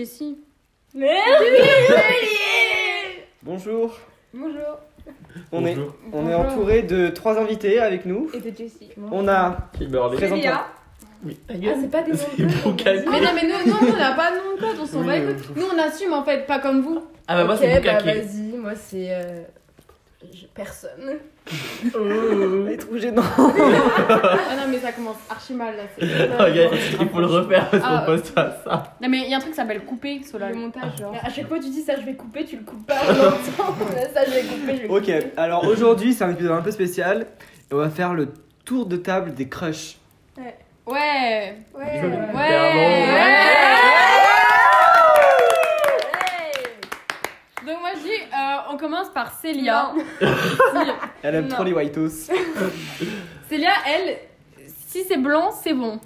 Jessie. Bonjour. Bonjour. On est Bonjour. entouré de 3 invités avec nous. Et de Jessie. On a Célia. Oui, Ah, c'est pas des noms de c'est Bukake. Mais non, mais nous on n'a pas de nom de code, on s'en bat les couilles. Nous on assume en fait, pas comme vous. Ah bah moi Ok, c'est bah Bukake. vas-y, moi c'est. Personne. C'est trop gênant. Ah non, mais ça commence archi mal là. Regarde, il faut le refaire parce Ah, qu'on poste pas ça. Non, mais il y a un truc qui s'appelle couper, Le Solal. montage, genre. À chaque fois tu dis ça, je vais couper, tu le coupes pas en longtemps. Ça, je vais couper, je vais couper. Ok, alors aujourd'hui c'est un épisode un peu spécial. Et on va faire le tour de table des crushs. Ouais. Ouais. Donc moi je dis, on commence par Célia. Elle aime Non. trop les whitos. Célia, elle, si c'est blanc, c'est bon.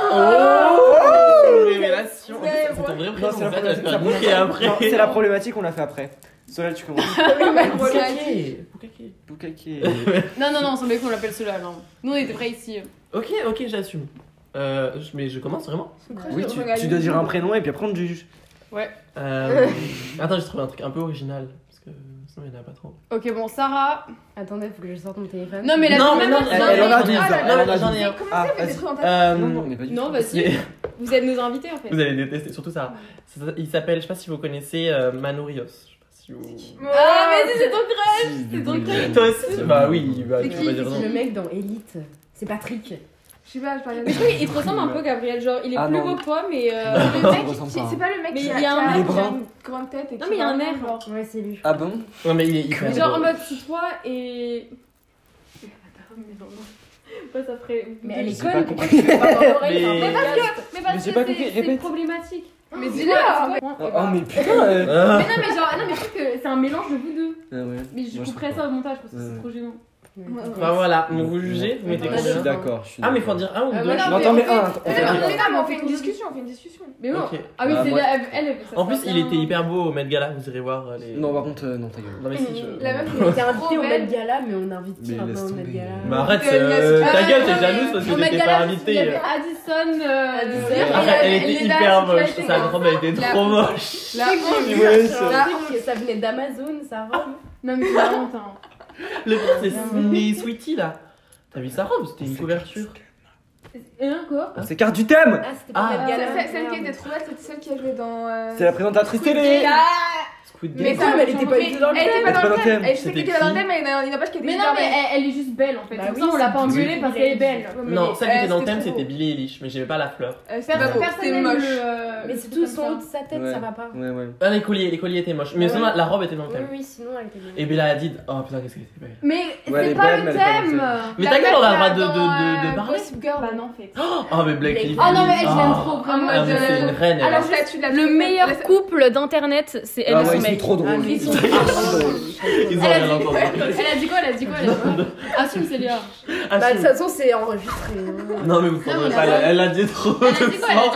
Révélation. C'est ton vrai Non, prénom. c'est la En fait, tu vas te faire problématique. bouquer après. Non, c'est la problématique, on l'a fait après. Solal, tu commences. Bukake. Bukake. Non, on s'en bat qu'on l'appelle Solal. Hein. Nous on était prêts ici. Ok, j'assume. Mais je commence vraiment. Oui, tu dois dire un prénom et puis après on te juge. Attends, j'ai trouvé un truc un peu original. Parce que sinon il n'y en a pas trop. Ok, bon, Sarah. Attendez, faut que je sorte mon téléphone. Non, mais la Non, mais même non, chose, elle en a mais- 12. Non, Elle en a j'en ai 12. un. Ah, vas-y. Non, on est pas du Non, tout. vas-y. Vous êtes nos invités en fait. Vous allez détester, surtout ça. Il s'appelle, je sais pas si vous connaissez Manu Rios. Je sais pas si vous. Ah, mais c'est ton crush. Si, C'est ton oui. crush. Toi aussi Bah oui, bah, C'est tu qui vas dire non. C'est le mec dans Elite. C'est Patrick. Je sais pas, je parle Mais je trouve qu'il te ressemble un peu, Gabriel. Genre, il est Ah, plus non. beau que toi, mais. Le Ça mec, me ressemble pas. c'est pas le mec Mais qui il y a un qui Il est brun. une grande tête et Non, qui mais il y a un parle, air. genre. Ouais, c'est lui. Ah bon? Non, mais il est hyper Genre en beau. mode si toi et. Pas ça ferait. Mais elle est J'ai pas conne. compris. Pourquoi tu fais pas dans l'oreille Mais- Mais parce que Mais j'ai pas compris, c'est répète. problématique. Mais C'est dis-le. quoi Oh mais putain Ah. Mais non, mais genre, non, mais je trouve que c'est un mélange de vous deux. Ah ouais. Mais je Moi, couperais trouve ça au montage parce que Ouais. c'est trop gênant. Bah voilà, donc vous jugez, vous mettez pas. Je suis combien d'accord. Ah, mais faut en dire un ou deux. mais non, Non, attends, mais un. Mais non, mais on fait une discussion, Mais bon. Ok. Ah oui, Ah, c'est moi- elle. ça En plus, sera il bien. était hyper beau au Met Gala, vous irez voir les. Non, par contre, non, ta gueule. Non, mais si je. La meuf, Il était invité Trop au belle. Met Gala, mais on invite Mais qui maintenant laisse au Met tomber. Gala Mais arrête, Elle a- ta gueule, non, t'es mais jalouse parce que au Met t'étais Gala, pas Il y invité. avait Addison. Arrête, elle était est là, hyper tu moche, vois, sa robe elle était La- trop moche. La honte. Ouais, Ça venait d'Amazon, ça robe. Non, mais c'est la honte. Hein. Le pire, c'est Sweetie là. T'as vu sa robe? C'était une couverture. Et un quoi C'est carte du thème. Ah, c'était pas Ah. Met Gala. Celle qui était trop belle, c'était celle qui a joué dans. C'est la présentatrice télé. Squid Mais Game. ça, elle était pas du tout dans le Elle était Elle pas était dans le pas thème. dans Elle C'était était pas dans le qui thème, mais il n'empêche qu'elle était Mais non, super mais belle. elle est juste belle en fait. Bah C'est pour oui, ça on l'a pas c'est- engueulée oui. parce qu'elle est belle. Non, celle qui était dans le thème c'était c'était trop Billie Eilish, mais j'aimais pas la fleur. C'était pas beau, Personne c'était n'aime moche. Mais c'est tout son haut de sa tête, Ouais. ça va pas. Ouais, ouais. Ah, les colliers étaient moches. Mais Ouais. sinon, la robe était dans le Oui, thème. oui, sinon elle était Et bien. Bella Hadid, oh putain, qu'est-ce qu'elle était belle. Mais Ouais, elle c'est est pas belle, le mais elle est pas dans le thème. Mais ta gueule, on a le droit de parler. Gossip Girl. Bah non, en fait. Oh, mais Blake Lively. Oh non, mais elle, je l'aime Ah. trop, vraiment. Ah, mais c'est une reine, elle. Alors, je la tue, Le meilleur couple d'internet, c'est elle Ah et ouais, son ils sont mec. trop drôles. Ils sont Ils ont Elle a rien dit entendu. Elle a dit quoi Assume Célia. Ah, Bah, de si. toute façon, c'est enregistré. hein. Non, mais vous prendrez mais pas. attends. Elle a dit trop Elle a de dit quoi sang.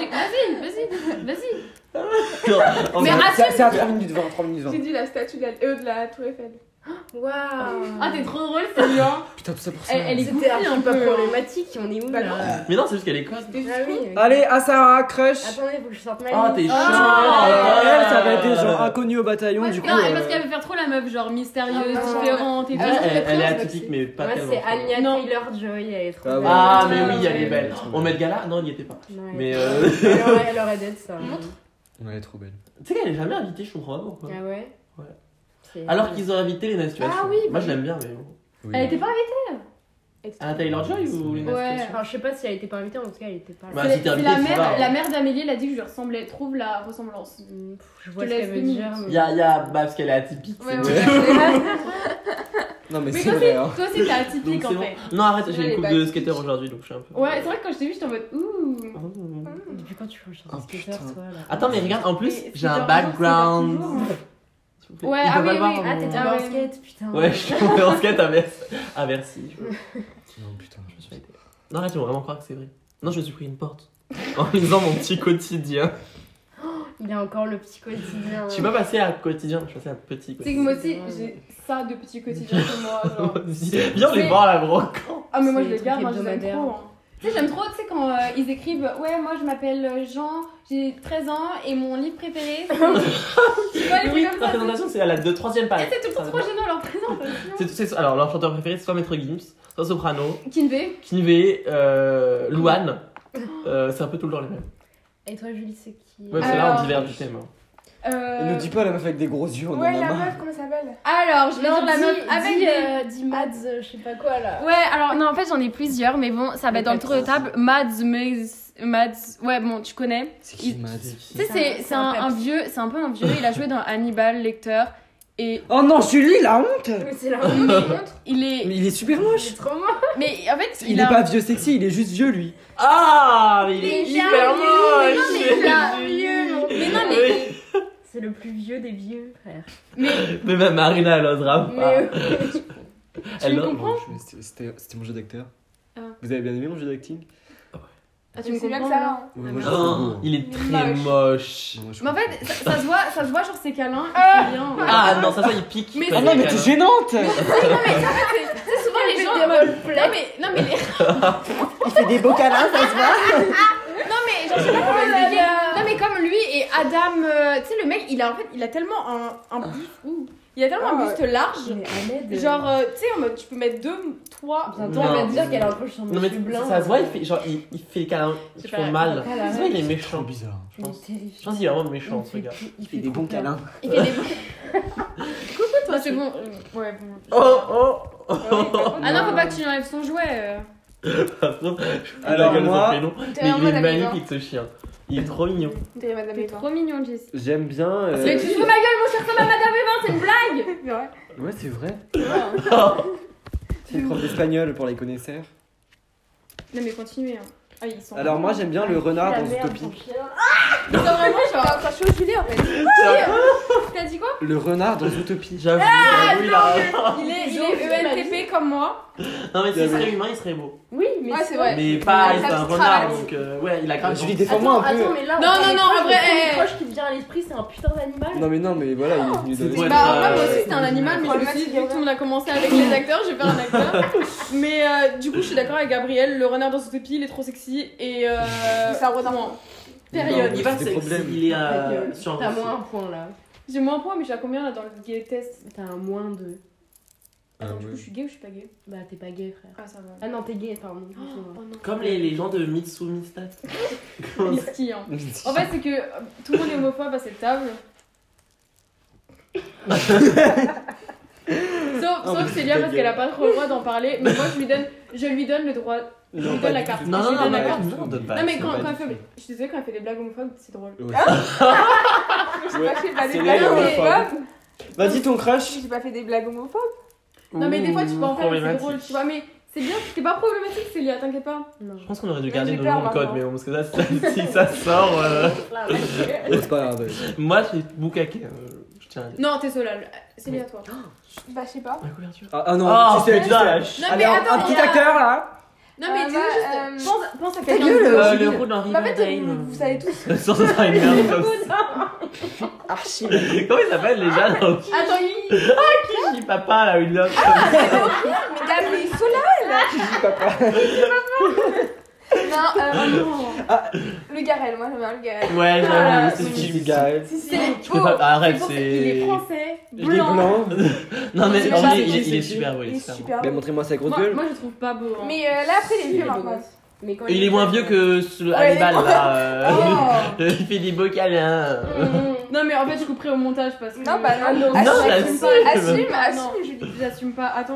Vas-y. En Mais fait, assume. C'est à 3 minutes 20, 3 minutes 20. J'ai dit la statue de la Tour Eiffel. Waouh. Ah, t'es trop drôle, Célia. Putain, tout ça pour ça. Elle est C'était goofy un un peu peu. problématique, on est où Bah là non. Mais non, c'est juste qu'elle est conne. Ah oui. Allez, à Sarah, crush. Attendez, faut que je sorte ma Oh, liste. t'es chaud. Elle, ça va être des gens inconnus au bataillon, du coup. Non, parce qu'elle veut faire trop la meuf, genre mystérieuse, Ah, différente et tout. Elle est atypique, mais pas Moi, tellement. c'est Anya Non. Taylor-Joy, elle est trop Ah belle. ouais. Ah, mais oui, elle est belle. On met de gala? Non, il y était pas. Non, elle Mais est- elle aurait d'être ça. Elle est trop belle. tu sais qu'elle est jamais invitée, je comprends pas pourquoi. Ah ouais. Ouais. C'est- Alors qu'ils ont invité Lena Situation. Ah oui, Moi, bah je l'aime bien, mais bon. Oui. Elle était pas invitée. Anna Taylor-Joy ou Lena Ouais. Situation? Enfin, je sais pas si elle était pas invitée, en tout cas, elle était pas là. Bah, C'est c'était c'est invité, la tu vas, hein. mère d'Amélie, elle a dit que je lui ressemblais. Trouve la ressemblance. Je vois te ce laisse qu'elle veut deux dire. minutes. mais- Il y a. Bah, parce qu'elle est atypique. Ouais, c'est ouais. tout. Non, mais Mais c'est toi vrai, hein. aussi, toi aussi t'es atypique Donc, en c'est bon. fait. Non, arrête, j'ai Elle une est coupe pas de atypique. skater aujourd'hui, donc je suis un peu. Ouais, c'est vrai que quand je t'ai vu, j'étais en mode ouh. Depuis quand tu fais un Oh, skater, putain. toi là Attends, mais regarde, en plus, Mais j'ai un skater, background. toujours, hein. S'il vous plaît. Ouais, Ils ah peuvent oui, pas le voir, oui. hein, Ah, mon- t'étais Ah en ouais. skate, putain. Ouais, je suis tombé en skate à Bercy. Non, putain. Non, là, tu vas vraiment croire que c'est vrai. Non, je me suis pris une porte. En lisant mon petit quotidien. Il a encore le petit quotidien. Je suis pas passé à quotidien, je suis passé à petit Tu sais que quotidien. moi aussi, j'ai ça de petit quotidien chez moi. Genre. Viens les Mais- voir à la brocante. Ah, mais moi C'est je les les garde, trucs moi je les aime hebdomadaires. trop. Hein. Tu sais, j'aime trop, tu sais, quand ils écrivent ouais, moi je m'appelle Jean, j'ai 13 ans et mon livre préféré. Tu vois, les Oui, trucs la comme ça. présentation, c'est à la 2-3e Et page. c'est tout le temps trop gênant leur présentation. Alors, leur chanteur préféré, c'est soit Maître Gims, soit Soprano, Kinvey. Kinvey, Louane. C'est un peu tout le temps les mêmes. Et toi, Julie, c'est qui Ouais, c'est là, on Alors, diverge du thème. Hein. Ne dis pas la meuf avec des gros yeux, on en a Ouais, la marre. meuf, comment ça s'appelle? Alors, je vais Non, dire la meuf avec des... dis Mads, je sais pas quoi là. Ouais, alors non, en fait, j'en ai plusieurs, mais bon, ça va être dans le tour de table. Mads, ouais, bon, tu connais. C'est qui Il- Mads? Tu sais, c'est un vieux, c'est un peu un vieux, il a joué dans Hannibal Lecter. Et Oh non, Julie, la honte! Mais c'est la il est... Mais il est super moche! trop moche. Mais en fait, Il est pas vieux sexy, il est juste vieux lui. Ah, mais il est Déjà, hyper mais moche! non, mais il a- Mais non, mais... Oui. C'est le plus vieux des vieux, frère. Mais même Marina, elle osera pas. Mais Elle me ose- comprends? C'était mon jeu d'acteur. Ah. Vous avez bien aimé mon jeu d'acting? Ah, tu me C'est bien que comprends, ça là va. hein. Ouais, moi, je trouve ça beau. Oh, il est très Moche. moche. Non, moi, je Mais en trouve- fait, ça se voit sur ses câlins, il fait bien. Ah non, ça il pique. Mais quand Ah il non, est mais câlin. t'es gênante! Tu sais, souvent les gens... Non mais Il fait des beaux câlins, ça se voit! Non mais genre, je sais pas comment expliquer. Non mais comme lui et Adam, tu sais le mec, il a tellement un buste, il a tellement un buste large. Mais Ahmed. Genre, tu sais, en mode, tu peux mettre 2, 3. Bientôt, Non. on va te dire qu'elle a un peu changé. Non mais ça se voit, il fait genre il fait les câlins C'est qui pas- font mal. pas la Ça se voit, il est Trop méchant. bizarre. Je pense qu'il est vraiment méchant ce gars. Il fait des bons câlins. Il fait des bons. Coucou toi, c'est bon. Ouais, bon. Oh oh. Ah non, faut pas que tu lui enlèves son jouet. Alors, Alors moi, mais T'es en il mode est avec magnifique ce chien. Il est trop mignon. T'es madame T'es Eva. trop mignon, Jessie. j'aime bien. Mais tu te fous ma gueule, mon cher Thomas, Madame Evin, c'est une blague. C'est vrai. Ouais, c'est vrai. Oh. C'est une prof d'espagnol pour les connaisseurs. Non mais continuez. Hein. Ah, ils sont. Alors, moi, j'aime bien le renard dans Zootopie. Ils sont vraiment T'es genre. encore chaud, Julie, en fait. T'as dit quoi? Le renard dans Zootopie. J'avoue, il a. Il est ENTP comme moi. Non mais s'il serait humain, il serait beau. Oui, mais Ouais, c'est vrai. Mais pas, Il a c'est sa un petite renard travail. donc ouais, il a grave. Julie, défends-moi un peu. Attends, mais là, Non, non, non, en vrai, le proche qui te vient à l'esprit, c'est un putain d'animal. Non, mais voilà, il est venu C'est donner. vrai. Bah, moi aussi c'était un animal, mais je me suis Problématique, dit, vu que tout le monde a commencé avec les acteurs, je vais faire un acteur. Mais du coup, je suis d'accord avec Gabriel, le renard dans Zootopie, il est trop sexy et. C'est un renard. bon, Non, Période. Il va c'est des sexy, problèmes. il est Ta gueule. sur T'as moins un point là. J'ai moins un point, mais j'ai à combien là dans le gay test? T'as un moins 2. Ah, Du coup, ouais. je suis gay ou je suis pas gay? Bah, t'es pas gay, frère. Ah, ça va. Ah non, t'es gay, pardon. Oh non. Comme les gens de Mitsumi Stat. Comment ça Whisky, hein. En fait, c'est que tout le monde est homophobe à cette table. Sauf Célia parce qu'elle a pas trop le droit d'en parler. Mais moi, je lui donne le droit. Je lui donne la carte. Non, Je non, lui non, donne la non, carte. non, on donne pas. Non, mais c'est quand pas elle du fait. tout. Je suis désolée, quand elle fait des blagues homophobes, c'est drôle. Ouais. J'ai pas fait des c'est blagues là, homophobes. Vas-y, ton crush. J'ai pas fait des blagues homophobes. Non, mais des fois, tu peux en faire, c'est Problématique. drôle, tu vois. Mais c'est bien, c'est pas problématique, Célia, t'inquiète pas. Non. Je pense qu'on aurait dû Ouais, garder j'ai nos peur, noms de code, maintenant. mais bon, parce que là, si ça sort. Oh, c'est pas grave. Moi, j'ai Bukake. Je tiens à dire. Non, t'es Solal. Célia, toi. Bah, je sais pas. La couverture. Ah non, Oh, tu sais, tu putain, sais. la Non, mais Allez, attends, un petit il y a- acteur là. Non, mais dis juste. Pense à Ta quelqu'un. gueule, de- Le roux dans Bah, en fait, Riverdale. vous savez tous. Sans ça, une merde comme ça. Archi. Comment il s'appelle déjà dans Attends, il. Kiji Papa là, une autre. Mais Gabriel Sola. Papa. Non, le Garel, moi j'aime bien le Garel. Ouais, Ah, j'avoue, c'est Jim difficile. Guy. C'est Je peux pas. Arrête, Il c'est. est français, Il est blanc. blanc. Non, mais C'est en pas- vrai, c'est il est qui super beau. Il Il est est super beau. super Mais beau. montrez-moi sa grosse Moi, gueule. moi, je le trouve pas beau. Hein. Mais là après, il est vieux beau maintenant. gosse. Mais quand Il est moins vieux que ce Ouais, Hannibal il est- là. Oh. Il fait des beaux câlins. Non, mais en fait, je couperai au montage parce que. Non, bah non. non, Non, Assume, j'assume. assume, Julie. J'assume pas. Attends,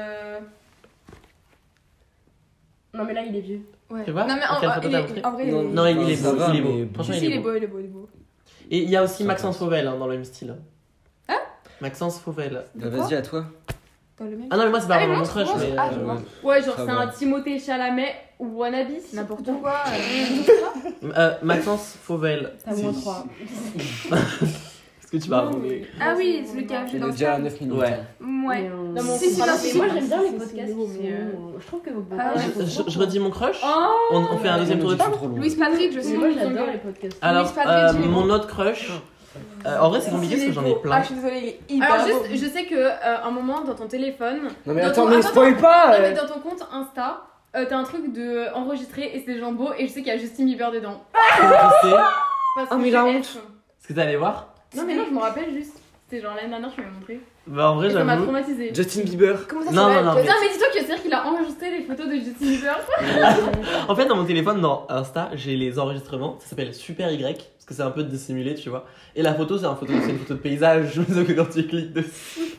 Non, mais là, il est vieux. Ouais. Tu vois Non, mais Quelle en photo il t'as est- montré en vrai, Non, Non, il est Ça beau, va, il est beau. mais- Franchement, Si, il est il est beau. beau, il est beau, il est beau. Et il y a aussi Ça Maxence va. Fauvel dans le même style. Hein Maxence Fauvel. Bah, vas-y, à toi. Dans le même. Ah non, mais moi, c'est pas Ah, mais vraiment mon non, crush, je mais. pense- ah, je vois. Ouais, genre, Ça c'est va. un Timothée Chalamet ou wannabe. N'importe quoi. Maxence Fauvel. T'as moins 3. Est-ce que tu vas avouer Ah oui, c'est le cas, j'ai On dans est le déjà à cas. 9 minutes. Ouais. Ouais. Non, mais on Si, si, comprend non, pas. si, Moi, j'aime bien les C'est podcasts. beau, mais, Je trouve que vos Ah ouais. podcasts. Je redis mon crush. Oh On fait un deuxième tour de table. Louise Patrick, je Mais sais. moi, j'adore les podcasts. Alors, Louise Patrick, il est mon beau. autre crush. En vrai, c'est compliqué parce que j'en ai Ah, plein. je suis désolée, il est hyper Alors, beau. juste, je sais que un moment dans ton téléphone. Non, mais Dans attends, ton- mais attends, spoil pas. Non, mais dans ton compte Insta, t'as un truc de enregistrer et c'est des gens beaux et je sais qu'il y a Justin Bieber dedans. Comment tu sais? Parce Oh, que mais je la l'ai. honte. Est-ce que t'es allé voir? Non mais non, je me rappelle juste. C'était genre l'année dernière, je me l'ai montré. Bah en vrai, Et ça m'a j'avoue. traumatisée. Justin Bieber. Comment ça Non, s'appelle? non, non, Putain, mais dis-toi que c'est-à-dire qu'il a enregistré des photos de Justin Bieber. En fait, dans mon téléphone, dans Insta, j'ai les enregistrements. Ça s'appelle Super Y, parce que c'est un peu dissimulé, tu vois. Et la photo, c'est une photo de paysage. Sauf que quand tu cliques dessus,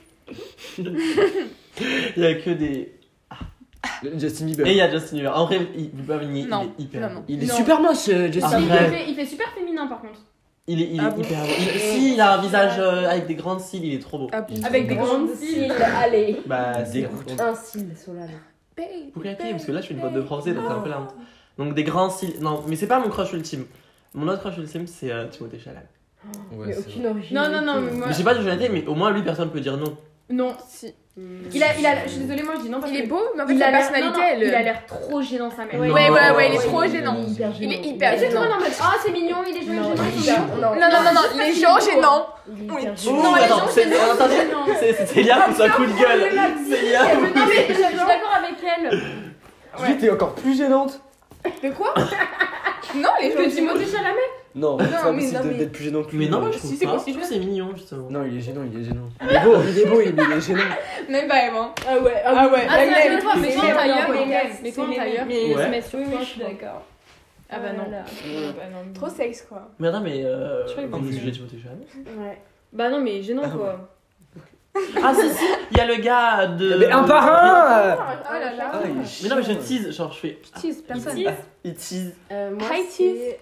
il y a que des. Justin Bieber. Et il y a Justin Bieber. En vrai, Bieber, il est Non. hyper Non, beau. non. Il est Non. super moche, Justin Ah, Bieber. ouais. Il fait super féminin par contre. Il est Ah bon hyper beau. Si, il a un visage avec des grandes cils, il est trop beau. Ah bon. Avec des grandes cils. Allez. Bah, c'est Dégoûte. Un cil, Solane. Pour claquer, parce que là, je fais une faute de français, donc c'est un peu la honte. Donc, des grands cils. Non, mais c'est pas mon crush ultime. Mon autre crush ultime, c'est Timothée Chalamet. Ouais, Mais c'est aucune origine. Non, non, non, mais moi. Mais j'ai pas d'originalité, mais au moins, lui, personne peut dire non. Non. Si. Je suis désolée, moi je dis non parce Il que. est beau, mais en fait, Il sa a l'air- personnalité, non, non, elle. il a l'air trop gênant sa mère. Ouais, Ouais, Non, il est ouais, trop ouais, gênant. ouais, Il est Et hyper j'ai tout le gênant. monde en mode ah c'est mignon, il est joli, Non, joli. il est- non. Non, les gens gênants. Il est Oui. hyper Oh, gênant. Non, les attends, gens, c'est c'est attendez, gênant. c'est Léa pour sa coup de gueule. C'est Léa. Non mais je suis d'accord avec elle. Julie, t'es encore plus gênante. De quoi? Non, les gens Que gênants. Timothée Chalamet. Non, c'est pas mais possible non, mais- d'être plus gênant que lui. Mais non, moi je Si, trouve c'est pas. possible. Je trouve que c'est mignon, justement. Non, il est gênant, il est gênant. Il est beau, il est gênant. Même pas vraiment. Ah ouais, Ah ouais. Ah c'est Même, la toi, mais c'est toi même, tailleur, non, mais mais mais toi c'est tailleur. même. Il Ouais. se met sur Oui, toi, je suis d'accord. Ah bah non. Voilà. Bah non. Trop sexe, quoi. Mais attends, mais. Je crois qu'il Vous est jugez Timothée Chalamet? Ouais. Bah non mais gênant quoi. Ah, si, si, il y a le gars de. Mais un par un. Oh là là. Ah, il est Mais non, mais je chiant. tease, genre je fais. Tease, personne. Il tease. Moi, Hi, c'est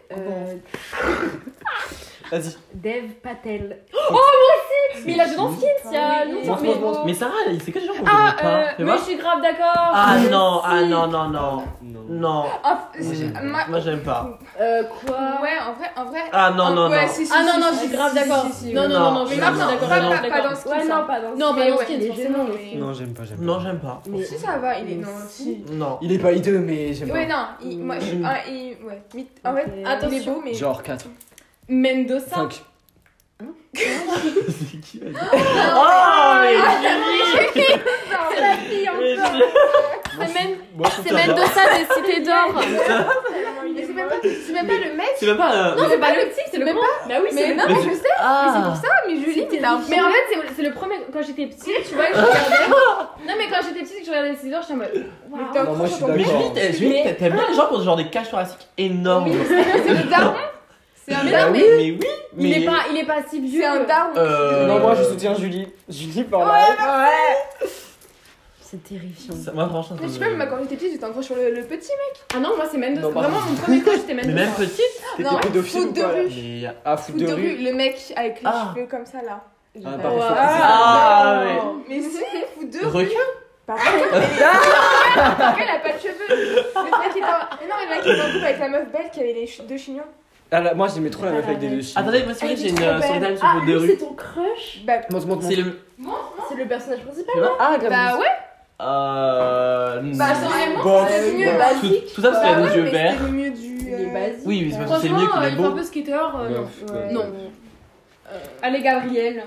Vas-y. Dev Patel. Mais il a dedans Skins, il y a Oui. longtemps. Montre-moi. Mais Sarah, c'est que des gens qu'on Ah connaît pas. Fais mais voir. je suis grave d'accord. Ah Mais non, si. ah non, non, non. Non. Non, Ah, moi j'aime pas. Quoi? Ouais, en vrai. Ah non, non, Ouais, non. si, si, Ah non si, non, si, je suis si, grave si, d'accord. si, si. Non non non non, je Mais suis non, grave non, d'accord. pas Non, dans d'accord. Skins, Ouais, ça. non, pas dans Non, Mais pas dans ouais, Skins, il est forcément. gênant, mais- Non, j'aime pas, j'aime pas. Non, j'aime pas. Mais Si, ça va, il est. Mais Non, si. Non. Il est pas hideux, mais j'aime Ouais, pas. non, moi je suis. Ouais. En fait, Ok. il est Attention. beau, mais. Genre 4. Mendoza. 5. C'est qui va dire Oh, mais C'est la fille Mais encore. Moi, je trouve C'est ça bien. Mendoza des cités d'or. Mais c'est même pas le mec. C'est même pas. Non, c'est pas le type, c'est le comment. Bah oui, Mais c'est non, Mais mais tu- je sais. Ah. Mais c'est pour ça, mais Julie, mais t'as un Mais en fait, c'est le premier. Quand j'étais petite, tu vois, je regardais. Non, mais quand j'étais petite, que je regardais les cités d'or, j'étais en mode. Waouh. Non, moi, je suis Mais d'accord. Julie, t'aimes bien les gens qui ont genre des cages thoraciques énormes. C'est le daron. C'est un Mais daron. non, Mais mais oui, mais. il est pas si vieux. C'est un daron. Non, moi, je soutiens Julie. Julie, par là. C'est terrifiant. Moi, franchement, Mais je ça sais me- pas, mais quand j'étais petite, j'étais en crush sur le petit mec. Ah non, moi c'est Mendoza. Non, Vraiment, pardon. mon premier crush c'était Mais Mendoza. même petite. T'étais Non, pédophile foot ou de pas là rue. Mais. Ah, Foot foot de de rue. rue, le mec avec les Ah. cheveux comme ça là. Ah, Ah, parfait. Ah, ouais. Mais si, foot de rue. Requin. Par contre, elle a pas de cheveux. Le mec était en... Mais non, mais le mec était en couple avec la meuf belle qui avait les deux chignons. Ah, là, moi, j'aimais trop la meuf avec des deux chiens. Attendez, moi, c'est vrai, Elle j'ai est une trop belle. storytime sur Ah, Faute de lui, rue. c'est ton crush? Bah, Montre-moi. C'est le. C'est le personnage principal? Tu vois Ah, grave. bah ouais. Bah, vraiment, Bon, c'est mieux. bon. Basique. Tout ça parce qu'il a Bah nos ouais, yeux mais verts. c'était le mieux du. Il est basique. Oui, mais c'est parce que c'est le Franchement, mieux qu'il est il fait un beau. peu skater. Non. Ouais. Non. Allez, Gabriel.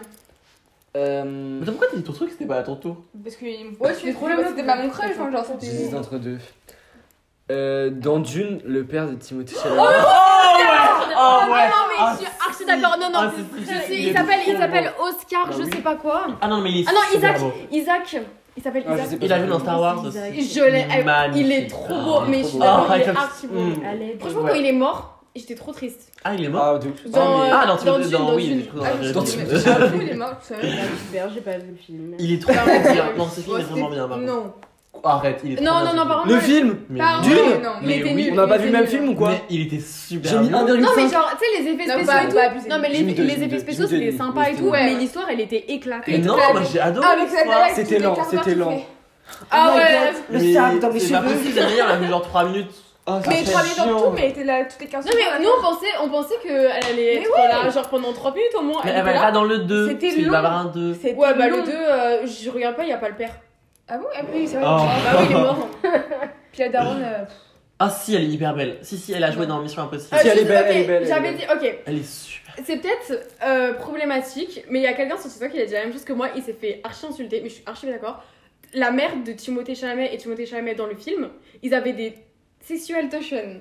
Mais pourquoi t'as dit ton truc, c'était pas à ton tour? Parce que. Ouais, tu fais trop le C'était pas mon crush, enfin, genre J'hésite c'était. entre deux. Dans Dune, le père de Timothée Chalamet. Oh Ah ouais. non, mais je suis archi d'accord. Non, non. Ah, c'est- Il s'appelle Oscar, Ah je oui. sais pas quoi. Ah non, mais il est Ah non, super Isaac. beau. Isaac. Il s'appelle Ah, je Isaac. sais pas. Il a vu dans Star Wars aussi. Je l'ai. Il est Magnifique. trop beau, mais je suis Ah, d'accord, il est comme- archi beau. Allez, Franchement, Ouais. quand il est mort, j'étais trop triste. Ah, il est mort? Ah, de ouf. Dans, mais- Ah, dans dans Dune, Dune, dans oui, Dune. j'ai cru dans Ah, la je vraie dans vie. Dune. J'avoue, il est mort tout seul. super, j'ai pas vu le film. Il est trop bien. Non, ce film est vraiment bien. par contre. Non. Arrête, il est trop Non, bien, non, ce non, film. par contre. Le film Mais Pardon, oui. Dune non. Il Mais était oui. nul. On n'a pas il vu le était même nul. film ou quoi Mais il était super J'ai mis bien. 1,5. Non, mais genre, tu sais, les effets Non, spéciaux pas- et tout. pas abusé. Non, mais J'ai mis deux, les j'ai mis effets deux, spéciaux j'ai mis c'était deux. sympa et Oui, tout, ouais. mais l'histoire elle était Mais éclatée. non, moi j'ai adoré. Avec sa l'histoire. blague, C'était lent, c'était lent. Ah Oh my ouais. God, le Mais sable dans mes c'est pas cheveux. possible, la meilleure, elle a vu genre 3 minutes. Ah, Mais c'est 3 minutes en chiant. tout, mais elle était là toutes les 15 Non, mais nous on pensait qu'elle allait être là genre pendant 3 minutes au moins. Mais Elle elle va était pas là. dans le 2. C'était Parce qu'il va long. avoir un 2. C'était Ouais, bah le long. 2, je regarde pas, il y a pas le père. Ah bon? Ah oui, c'est vrai. Oh. Bah oui, il est mort. Puis la daronne. Ah si, elle est hyper belle. Si, elle a joué dans Mission Impossible. Si, elle est juste- belle, ok, elle est belle, elle est J'avais belle. dit, ok, Elle est super. c'est peut-être problématique, mais il y a quelqu'un sur TikTok qui a dit la même chose que moi, il s'est fait archi insulter, mais je suis archi d'accord. la mère de Timothée Chalamet et Timothée Chalamet dans le film, ils avaient des sexual tension.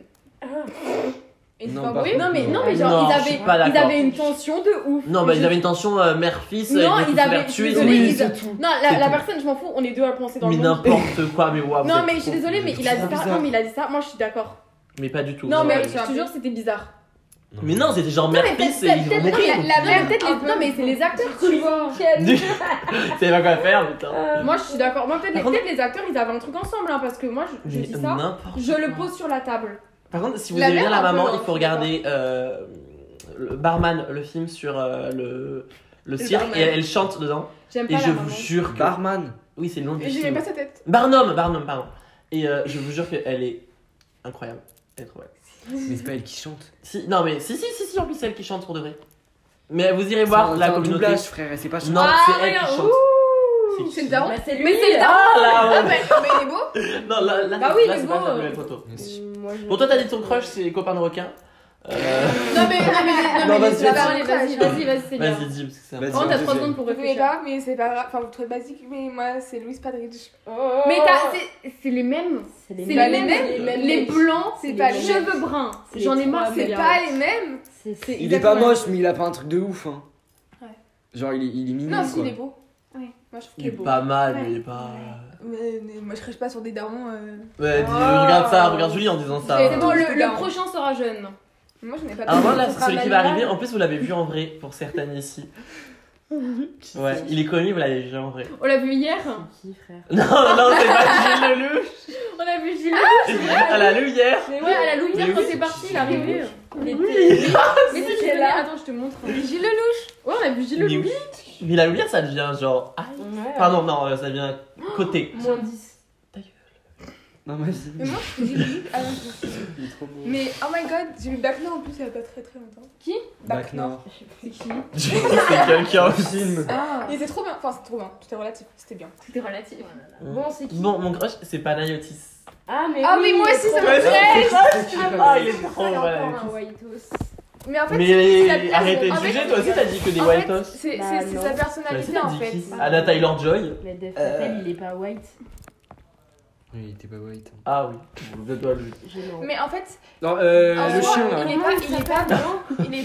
Et Non, c'est pas par vrai. contre, Non, mais genre, Non, ils je suis pas avaient d'accord. une tension de ouf. Non, bah ils avaient une tension mère-fils. Non, du coup, ils se avaient. faire Je suis tuer. désolée, Oui, ils c'est a- tout. Non, C'est la tout. personne, je m'en fous, on est deux à le penser dans Mais le monde. n'importe quoi, mais waouh. Non, vous mais êtes je suis trop- désolée, mais c'est il a dit trop ça. bizarre. Non, mais il a dit ça. Moi, je suis d'accord. Mais pas du tout. Non, mais Ouais, je te jure, c'était bizarre. Mais non, c'était genre Non, mais mère-fils et peut-être- ils ont peut-être- montré. non, mais la mère, peut-être un les- peu. Non, mais c'est les acteurs, tu vois. Tu sais pas quoi faire, putain. Moi, je suis d'accord. Moi, peut-être Par contre- les acteurs, ils avaient un truc ensemble, hein, parce que moi, je Mais dis ça. n'importe Je le quoi. pose sur la table. Par contre, si vous La aimez bien mère, la un peu, maman, non, il je faut suis regarder le Barman, le film sur le cirque, Barman. et elle chante dedans. J'aime Et pas je la vous maman. jure que. Barman. Oui, c'est le nom du J'aimais film. pas sa tête. Barnum, pardon. Et je vous jure qu'elle est incroyable. Elle est trop belle. Mais c'est pas elle qui chante. Si, non, mais si, en plus, c'est elle qui chante pour de vrai. Mais vous irez voir la communauté. Doublage, frère, et c'est pas Non, Ah, c'est elle regarde, qui chante. C'est le daron. Bah, c'est lui. Mais c'est le daron. Ah là, Ah, ouais. mais il est beau. Non, là, Bah oui, là il est c'est pas beau. sa nouvelle photo. Moi, je- Pour toi, t'as dit ton crush, c'est copain de requin. Non, mais Non, vas-y, c'est la vas-y. parole, vas-y, c'est bien. Vas-y, dis, parce que c'est Vas-y. un Oh, t'as 3 deuxième. secondes pour Vous pouvez réfléchir. pas, mais c'est pas grave. Enfin, vous trouvez basique, mais moi, c'est Louis Padridge. Mais c'est les mêmes. C'est les C'est Bah, les mêmes. mêmes. Les blancs, C'est les pas mêmes. les cheveux bruns. C'est J'en les ai marre, trois c'est C'est mêmes. bien. pas les mêmes. C'est Il est pas Exactement. moche, mais il a pas un truc de ouf. Hein. Ouais. Genre, il est mignon. Non, si, quoi. il est beau. Ouais. Moi, je trouve Il qu'il est est beau. pas mal, mais Ouais. il est pas. Mais moi, je crache pas sur des darons. Ouais, dis, Oh. regarde ça, regarde Julie en disant ça. C'est bon, C'est le daron. prochain sera jeune. Moi, je n'ai pas Alors moi, de- là, ce sera celui qui va Malala. arriver, en plus, vous l'avez vu en vrai, pour certaines ici. Ouais, il est connu, vous l'avez vu en vrai. On l'a vu hier. C'est qui, frère? Non, c'est pas Gilles Lelouch. On a vu Gilles. Elle a lu hier. Ouais, à la Louvière, Mais quand oui. c'est parti, il est arrivé. Il était. Oui. Mais si, C'est tu là. Attends, je te montre. Gilles Lelouch. Ouais, on a vu Gilles Mais Lelouch. oui. Mais la lumière, ça devient genre. Ah, Ouais. pardon, non, ça devient côté. Moins 10. Non, vas-y. Mais moi, j'ai lu. Ah, non, Il est trop beau. mais oh my god, j'ai lu Bac Nord en plus il y a pas très longtemps. Qui? Bac Nord. C'est qui? C'est quelqu'un aussi. Film. Ah. Il était trop bien, enfin c'est trop bien, tout est relatif, c'était bien. C'était relatif. Bon, c'est qui? Bon, mon crush, c'est Panayotis. Ah, mais Ah, oui, mais moi il est aussi, trop ça me bien. fait. Ah, il est trop Il y a voilà. encore un Whitehouse. Mais en fait, Mais c'est sa place- arrêtez de en fait, juger, toi aussi t'as dit que des en White fait, House. C'est Bah, c'est non. sa Toi aussi personnalité t'as en dit fait. qui Anna Taylor-Joy. Mais Dev Patel, il est pas white. Oui, il était pas white. Ah oui, je dois lui. Gênant. Mais en fait, Non, en le soi, chien là. il est pas blanc,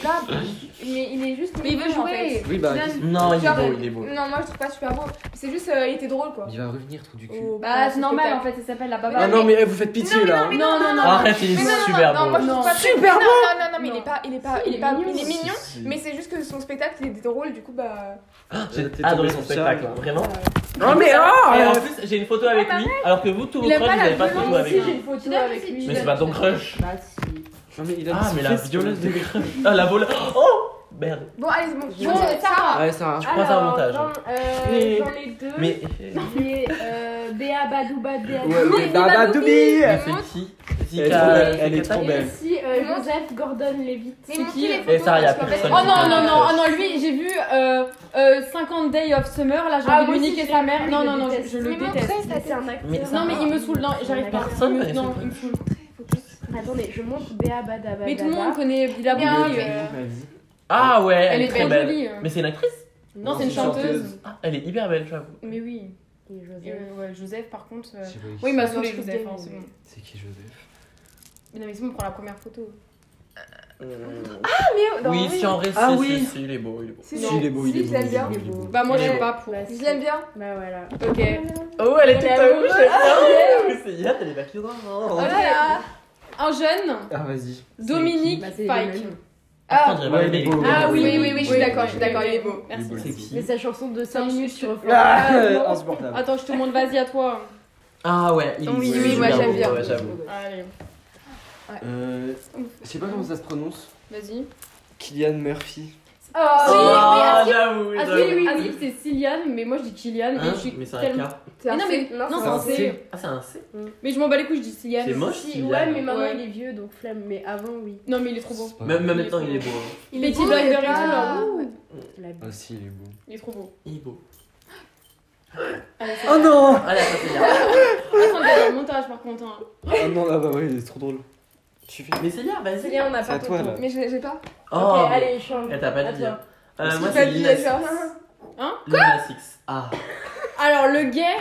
il est juste Mais il veut mignon, en jouer. fait. Oui, bah. Non, il est Genre, beau, il est beau. Non, moi je trouve pas super beau. C'est juste, il était drôle quoi. Il va revenir, trou du cul. Bah, c'est normal en fait, ça s'appelle la Ah baba. non, mais vous faites pitié là. mais Non, non, non. Arrête, il Mais est non, non, super non, moi beau. je trouve Non. pas Super beau. Non, mais Non. il est mignon. Si. Mais c'est juste que son spectacle il était drôle, du coup bah. J'ai T'es adoré tombé son sur spectacle, ça. hein, vraiment. Oh, mais Et en oh plus, j'ai une photo avec lui, alors que vous, tous vos Il aime crushs, pas vous la n'avez pas de photo violence. avec Si, lui. j'ai une photo avec lui. Mais c'est pas ton crush. Bah, si. Non, mais il a Ah, des mais la fesses, violence tu de vois. crush. Ah, la voleuse. Oh merde. Bon, allez, bon. Bon, Sarah. Ouais, ça. Je crois ça au montage. Mais- J'en ai deux. Mais. J'ai Béa Badouba Béa. Ouais, mais Baba Doubi. Mais c'est qui Elle est trop belle, elle est trop Et belle. aussi Joseph Gordon-Levitt. Mais C'est montrez qui les Et photos, ça, il y a parce qu'en fait, personne Oh qui non, peut non, le non, faire. oh non, lui, j'ai vu 50 Days of Summer, là j'ai Ah, envie de moi lui aussi, niquer je sa l'ai mère. vu, Non, je non, non, déteste. je le Mais montrez déteste. sa C'est un tête. acteur. Mais ça Non, mais il me saoule, non, j'arrive pas. Personne Il me- connaît Non, cette il me saoule. Attendez, je montre Béa Badaba. Mais tout le monde connaît, il a Bien, beaucoup. Ma vie. Ah ouais, Elle est trop belle belle. jolie. Mais c'est une actrice. Non, c'est une chanteuse. Ah, elle est hyper belle, j'avoue. Mais oui. Et Joseph. Ouais, Joseph, par contre. Je sais pas qui Oui, il m'a c'est. saoulé, Non, Joseph, je hein, trouve c'est bon. C'est qui Joseph? Mais non, mais c'est bon, on prend la première photo. Oui, si en vrai, Ah si, oui. si, il est beau, il est beau. Si, Si, il est beau, il est Si, beau. je l'aime bien. il est beau. Bah, moi, Il est j'aime beau. pas pour. Je l'aime bien. Bah voilà. Ok. Oh, elle est toute Elle est rouge, amoureuse. c'est Yann, elle est pas qui Oh là là. Un jeune, Ah, vas-y. Dominique Bah, c'est les Fike. mêmes. Ah, on dirait pas Ouais, le il est mec. beau. Ah oui, Oui, je suis d'accord, il est beau. Merci. C'est qui Mais sa chanson de 5 minutes sur Ah, insupportable. Attends, je te montre, vas-y à toi. Ah ouais, il est Oui, super oui, moi, beau, j'aime bien. ouais, j'avoue. Allez, Je sais pas comment ça se prononce. vas-y. Kylian Murphy. Oh, Ah, j'avoue, Ah, j'avoue. oui, Asif, c'est Cillian, mais moi je dis Kylian. Hein Et je suis Mais c'est un tellement. K. C'est Mais un non, C. mais non, c'est c'est un un C. C. Ah, c'est un C. Mais je m'en bats les couilles, je dis Cillian. C'est moche, Si, Kylian. ouais, mais maintenant Ouais. il est vieux donc flemme. Mais avant, oui. Non, mais il est trop beau. Même maintenant, il est beau. Il est Petit beau, Black mais Berry, pas- là. La Ah, si, il est beau. Il est trop beau. Il est beau. Allez, c'est Oh bon. non! Allez, ça c'est bien. Attends, on va dans le montage par contre. hein. Ah non, là, bah ouais, c'est trop drôle. Tu fais. Mais c'est bien, vas-y. Célia, on a C'est à pas toi ton là. tour. Mais j'ai pas. Oh, Ok, mais- allez, change. Elle t'a pas À dit. toi. Moi, J'ai c'est pas dit Lina ça. Six. Hein Lina Six. Ah. Alors, le gay,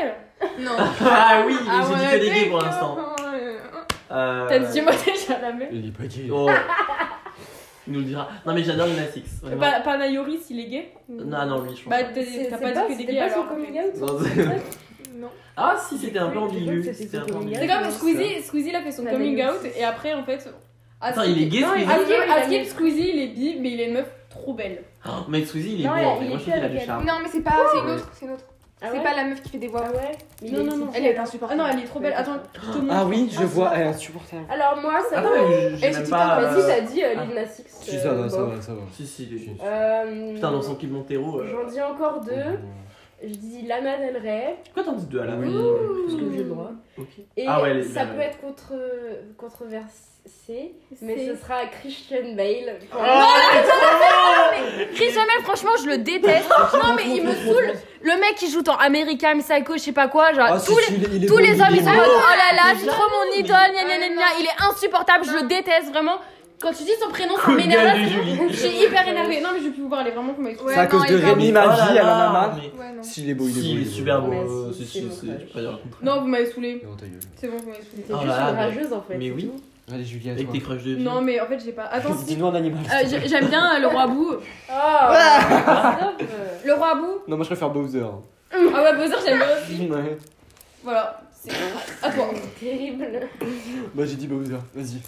Non. Ah oui, Ah j'ai dit ouais, que des gays pour d'accord. l'instant. T'as dit moi déjà la même. Il est pas gay. Oh. Il nous le dira. Non, mais j'adore Lina Six. vraiment. Pas Nayoris, il est gay. Non, non, oui, je pense. Bah, pas. t'as pas dit que des gays alors. son coming out Non, Non. Ah, si, c'était un peu ambigu. C'était C'était un son peu coming ambigu. C'est comme Squeezie, il a fait son La coming Nayoris. out et après en fait. Attends, il est gay, Non, Squeezie Askip, Squeezie, il est bi, mais il est une meuf trop belle. Oh, mais Squeezie, il est Non, beau. il Mais est moi, je plus trouve qu'il a avec du elle. charme. Non, mais c'est pas. C'est une autre. C'est une autre. Ah C'est ouais pas la meuf qui fait des voix. Ah ouais Mais Non, il est non, non. petit, Elle est alors. Ah insupportable. non, elle est trop belle. Attends, je te montre. Ah oui, je vois, elle est insupportable. Alors moi, ça Attends, va. mais j'ai Et même tu pas. Vas-y, t'as dit Lil Nas X. Si, ça va, ça bof. va, ça va. Si, si, il est. Putain, Putain, dans son clip Montero. J'en dis encore deux. Je dis Lana Del Rey. Pourquoi t'en dis deux à la Oui. Parce que j'ai le droit. Ok. Et Ah ouais, ça bien, peut ouais. être controversé, mais ce sera Christian Bale. Christian Bale, franchement, je le déteste. Non, mais il me saoule. Le mec qui joue dans American Psycho, je sais pas quoi, genre Ah, tous les hommes ils sont en mode oh là là, c'est trop mon idole, gna gna gna gna. Il est insupportable, je le déteste vraiment. Quand tu dis son prénom, ça Coup de m'énerve. gueule de Julie. Je suis hyper énervée. Non, mais je vais plus vous parler vraiment, vous m'avez Ouais, C'est à non, cause il de est pas Rémi bon. Magie, Oh là elle en a là, marre. mais- Ouais, non. S'il est beau, il est beau. Si, il est super beau. Ouais, Si, si, si, c'est si, mon je peux pas dire le contraire. Non, vous m'avez saoulé. Non, ta gueule. C'est bon, vous m'avez saoulé. C'est Oh juste là là, une mais- rageuse en fait. mais c'est oui. tout. Allez, Julia, Avec toi. tes crushs de vie. Non, mais en fait, j'ai pas. Attends, Vas-y, si. dis-nous un animal. J'aime bien le roi Bou. Oh stop. Le roi Bou. Non, moi je préfère Bowser. Ah ouais, Bowser, j'aime bien aussi. Ouais. Voilà. C'est à toi. Terrible. Bah, j'ai dit Bowser, vas-y.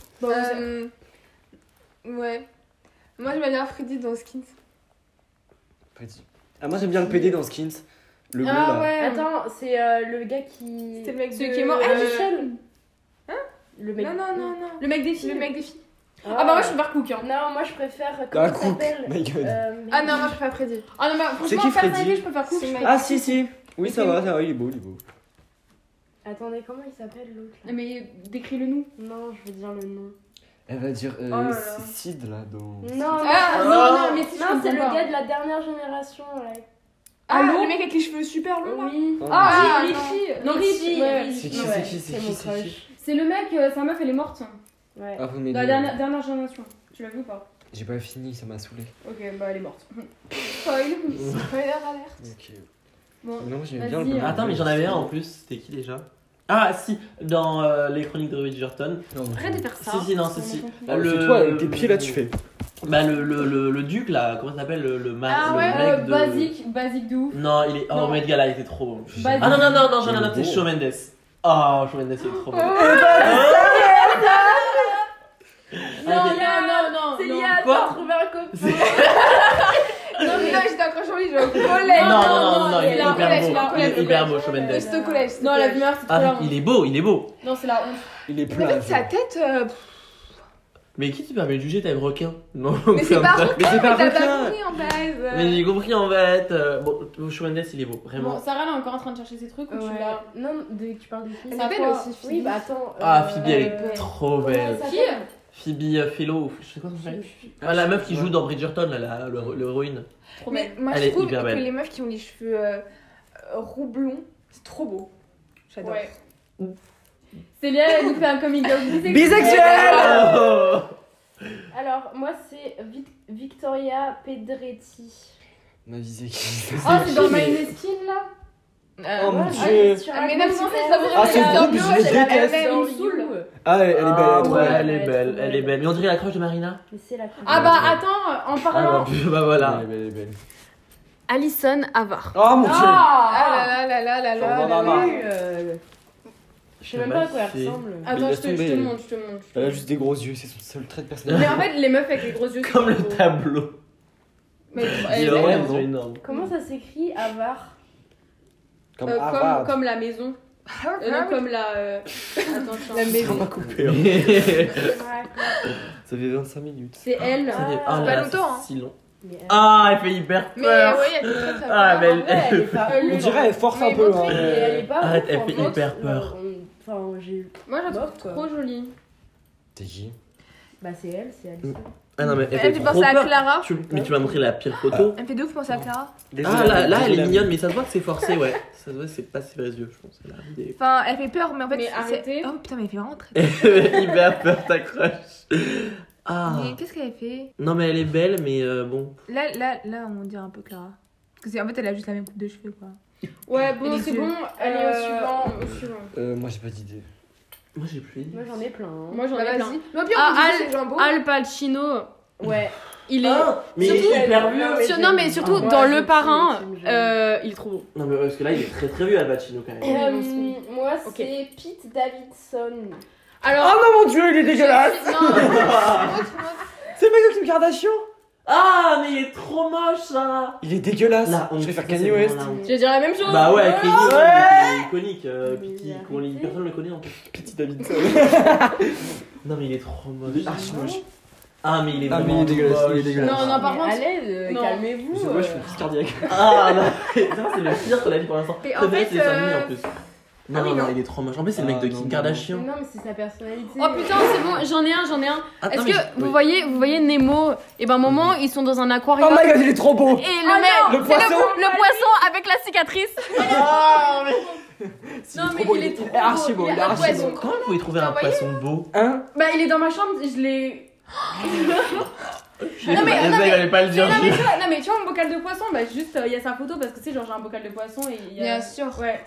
Ouais. Moi, j'aime bien Freddy dans Skins. Freddy. Ah, moi j'aime bien le PD dans Skins. Le bleu Ah là. ouais. Attends, c'est le gars qui. C'est le mec Celui de- qui est mort. Michel. Hein Le mec. Non, non, non, non. Le mec des filles. Le mec des filles. Ah bah moi je préfère Cook. Hein. Non, moi je préfère. Comment il Cook. s'appelle My God. Ah non, moi, je préfère Freddy. Ah non mais C'est franchement qui, faire Freddy je préfère Cook. C'est Mike. Ah, si, si. Oui, ça va, il est beau, il est beau. Attendez, comment il s'appelle l'autre là Mais décris-le nous. Non, je veux dire le nom. Elle va dire Oh là là. c'est Sid là dans. Non, Ah non, non mais si je non, comprends c'est le pas. gars de la dernière génération là. Ah, Allô le mec avec les cheveux super longs là. Oui. Ah, Ah, Richie. Non, Richie. ouais, C'est qui, ouais, c'est qui, c'est mon qui, c'est crush. qui C'est le mec, sa meuf elle est morte. Ouais. Ah, vous Dans m'aidez. la dernière génération. Tu l'as vu ou pas? J'ai pas fini, ça m'a saoulé. Ok, bah elle est morte. Spoil. Spoiler alerte. Ok. Bon. Non, j'aime Vas-y, bien le bleu. Attends, mais j'en avais un en plus. C'était qui déjà? Ah, si, dans les chroniques de Bridgerton. Non, Arrête de faire ça. Si, si, non, si, si. Ah, c'est toi avec tes pieds là, tu fais. Bah, le duc là, comment ça s'appelle? Le Ah le ouais, mec de. basique de ouf. Non, il est. Oh, Non. Met Gala, il était trop bon. Basique. Ah non, non, non, non, j'en ai Il est noté beau. Shawn Mendes. Oh, Shawn Mendes, il est trop bon. Non, non, non, C'est non. lié à Quoi toi, trouver un copain. Non, mais non, j'étais encore sur lui, je vais au collège. Non, non, non, non, il est la hyper collège, beau. la Il est collège, hyper beau, Shawn Mais Mendes. c'était au collège. Non, la vumeur, c'est trop la Ah, honte. il est beau, il est beau. Non, c'est la honte. Il est En plein. fait, sa tête. Mais qui te permet de juger, t'as un requin? Non, Mais c'est comme pas ça. requin, Mais c'est pas t'as pas requin. compris en base. Mais j'ai compris en fait. Bon, Shawn Mendes, il est beau, Bon, vraiment. Sarah là est encore en train de chercher ses trucs ou tu l'as. Non, tu parles de qui Elle Ça est belle quoi aussi, Oui, Phoebe. bah attends. Ah, Phoebe, elle est ouais. trop Comment belle. elle s'appelle Qui Phoebe Philo, je sais quoi son nom. Ah, la meuf qui joue dans Bridgerton, là, l'héroïne. Trop Mais belle. moi, Elle je est trouve hyper que belle. les meufs qui ont les cheveux roux blonds, c'est trop beau. J'adore. Ouais. Célia, elle nous fait un coming out Bisexuel. Oh Alors, moi c'est Victoria Pedretti. Ma vie, c'est qui Oh, c'est dans My Neskin là. Oh mon Ouais, dieu. sur Ah, un mais non, groupe mais en fait, super- ça vous Ah, ce révèle groupe, un je peu, les elle déteste. elle Sur me saoule. You. Ah, elle est belle, Ah, elle est trop ouais, belle. elle est belle, elle est belle. Mais on dirait la crush de Marina. Mais c'est la Ah bah attends, en parlant. Bah voilà. Elle est belle, elle est belle. Alison Havard. Oh mon dieu. Ah là là là là là J'en là ai marre. là. Je sais même pas à quoi elle ressemble. Attends, laisse je te tomber. montre, je te montre. Elle a juste des gros yeux, c'est son seul trait de personnalité. Mais en fait, les meufs avec les gros yeux. c'est Comme le trop beau. tableau. Mais Il elle est est vraiment belle. des yeux énormes. Comment ça s'écrit Avar Comme Comme, Harvard. comme la maison. Non, comme la. Attends, je La suis maison. On va couper. hein. Ça fait 25 minutes. C'est elle. Ça fait- Ah, là pas là, longtemps, c'est hein. si long. Mais Ah, elle fait hyper Mais peur. ouais, elle fait très très Ah, peur. mais en vrai, elle est pas On dirait elle force un Mais peu. montrez, hein. elle est pas Arrête, ouf, elle en fait fait. hyper peur. Enfin, j'ai. Moi, je la trouve Bof, quoi. trop jolie. T'es qui Bah, c'est elle, c'est Alison. Ah non, mais elle Elle fait fait trop penser à peur. Clara. Mais tu m'as montré la pire photo. Elle me fait de ouf penser à Clara. Ah, là, elle est mignonne, mais ça se voit que c'est forcé, ouais. Ça se voit que c'est pas ses vrais yeux, je pense. Elle a des- Enfin, elle fait peur, mais en fait. Mais c'est- arrêtez. Oh putain, mais elle fait vraiment très peur. Hyper peur, ta crush. Ah. Mais qu'est-ce qu'elle a fait Non, mais elle est belle, mais bon. Là, on dirait un peu Clara. Parce que en fait, elle a juste la même coupe de cheveux, quoi. Ouais, bon, c'est Délicieux. bon. Allez, au suivant. Au suivant. Moi j'ai pas d'idée. Moi j'ai plus d'idées. Moi j'en ai plein. Hein. Moi, j'en Bah, ai plein. vas-y. Non, puis Ah, on dit c'est Jumbo. Al Pacino, Ouais. il est. Mais il est Surtout- hyper vieux. Non, mais surtout Ah, dans ouais, Le je Parrain, sais, j'aime. il est trop beau. Non mais parce que là il est très très vieux Al Pacino quand même. Moi, Ok. c'est Pete Davidson. Alors. Oh non mon dieu, il est dégueulasse. Non, C'est le mec de Kim Kardashian. Ah mais il est trop moche ça. Il est dégueulasse. Là, Je vais faire ça, Kanye c'est West. vraiment la honte. je vais dire la même chose. Bah ouais, Kanye West, Ouais. c'est iconique. Pity, personne le connaît en plus. Petit Davidson. Non mais il est trop moche. Il est archi moche. Ah mais il est Ah, mais vraiment il est dégueulasse, moche. il est dégueulasse. Non, non, par Mais contre. à l'aise, non. calmez-vous. Moi je fais une crise cardiaque. Ah non, ça c'est le pire qu'on a dit pour l'instant. Et en Préféré, fait, c'est les dessins animés, en plus. Non, oui, non, non. il est trop moche. En plus, c'est le mec de Ah, Kim non, Kardashian. Non, mais c'est sa personnalité. Oh putain, c'est bon, j'en ai un. Attends, Est-ce mais que oui. vous voyez Nemo? Et ben, un moment, ils sont dans un aquarium. Oh my god, il est trop beau. Et le mec, Le poisson. le poisson avec la cicatrice. Ah, mais... Non, trop mais beau, il est trop archi beau. beau, Il il est a un archi poisson. beau. Comment vous pouvez trouver un poisson beau? Hein? Bah, il est dans ma chambre, je l'ai. Non, mais non, mais- il allait pas le dire. Non mais tu vois mon bocal de poisson, bah juste il y a sa photo parce que tu sais genre j'ai un bocal de poisson et il y a... Bien sûr. Ouais.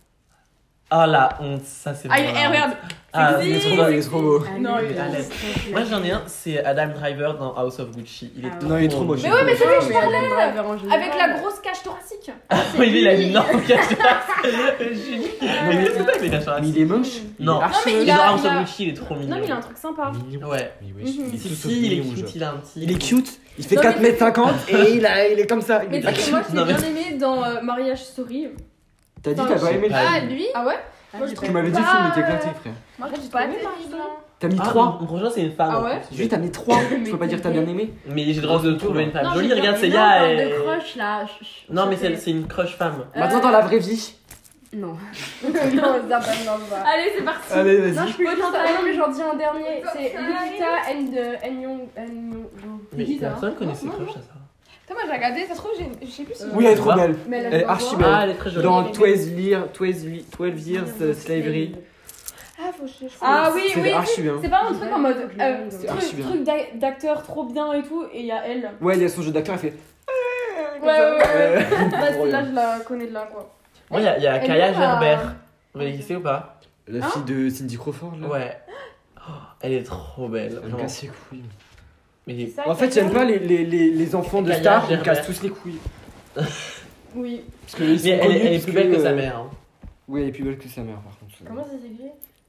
Ah la honte, ça c'est Ah, vraiment la regarde. honte. Ah, sexy. Il est trop beau, il est trop beau. Non, il est à l'aise. Moi j'en ai un, c'est Adam Driver dans House of Gucci. Il est Ah trop Non, il est trop moche. Mais ouais, mais c'est lui que je parlais parlais. avec la grosse cage thoracique. Oui, lui il a une énorme cage Julie. Mais il est tout avec les caches Mais thoraciques. il est moche. Non. archi mais moche. il Dans a- House of il a- Gucci, il est trop mignon. Non mais il a un truc sympa. Ouais. Mais Mhm. wesh, il est Si, tout sauf si, il est mignon, cute, genre. il a un petit. Il est cute. Il fait Non, 4,50 m et il est comme ça. Il Mais est tu pas sais que cute. moi je l'ai Non, mais- bien aimé dans Mariage Story. T'as dit t'as pas aimé le Ah, film? lui Ah ouais. Moi, je Tu trouve m'avais dit le pas, film était éclaté, frère. Moi je trouve Pas pas aimé, aimé Mariage Story. T'as mis Ah, 3. mon prochain c'est une femme. Ah en ouais plus. Juste t'as mis 3. Tu peux pas dire que t'as bien aimé. Mais j'ai le droit de trouver une femme Non, jolie. j'ai Regarde, bien- c'est Non, on Ya parle et. de crush là. Non, mais c'est une crush femme. Maintenant dans la vraie vie. Non. Non, certainement pas. Allez c'est parti. Allez, Non, vas-y. je peux dire ça. Non, mais j'en dis un dernier. C'est Lupita and Nyong'o. Mais Qui ça personne connaît ses crushs, ça. Putain, moi j'ai regardé, ça se trouve, je sais plus si. Oui, elle est trop Quoi belle. Mais Elle est archi belle. Ah, elle est très jolie. Dans 12 Years Slavery. Ah, faut que je. Ah oui C'est oui. archi bien. C'est pas un truc en mode C'est archi bien. truc d'acteur trop bien et tout et il y a elle. Ouais, il y a son jeu d'acteur, elle fait. Ouais. Bah Trop celle-là bien. je la connais de là quoi. Moi, il y a Elle Kaya est là. Gerber. Vous voyez qui c'est ou pas? La fille de Cindy Crawford là. Ouais. Oh, elle est trop belle. Elle me Vraiment. casse les couilles. Mais En fait, j'aime pas les enfants de Kaya stars, ils me Gerber. cassent tous les couilles. Oui. Parce que ils sont elle connus est parce plus belle que sa euh, mère. hein. Oui, elle est plus belle que sa mère par contre. Comment ça s'écrit?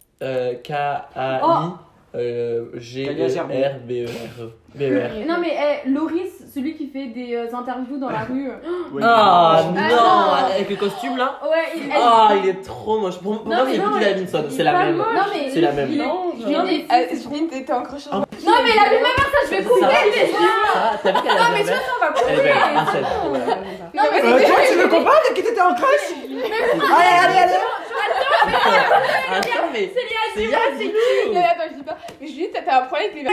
K-A-I-G-E-R-B-E-R. Non mais Loris, celui qui fait des interviews dans la rue. Ouais, Ah non. non, avec le costume là. Ouais, il Ah, il est trop moche. Pour Non, moi, mais c'est non, Pete mais Davidson, il c'est est la pas même. moche. Non, mais C'est la même. il est- Non, il est- mais. Juline, t'étais en crush sur. Non mais la vie de ma mère ça je vais couper. Ça, t'as vu qu'elle Non a mais la ça on va Elle est couper. belle, Marcel. Non mais Toi, tu veux qu'on parle de qui t'étais en crush? Allez. Attends, mais c'est Ya, c'est Mais attends, je dis pas. Mais Julie, t'as un problème avec les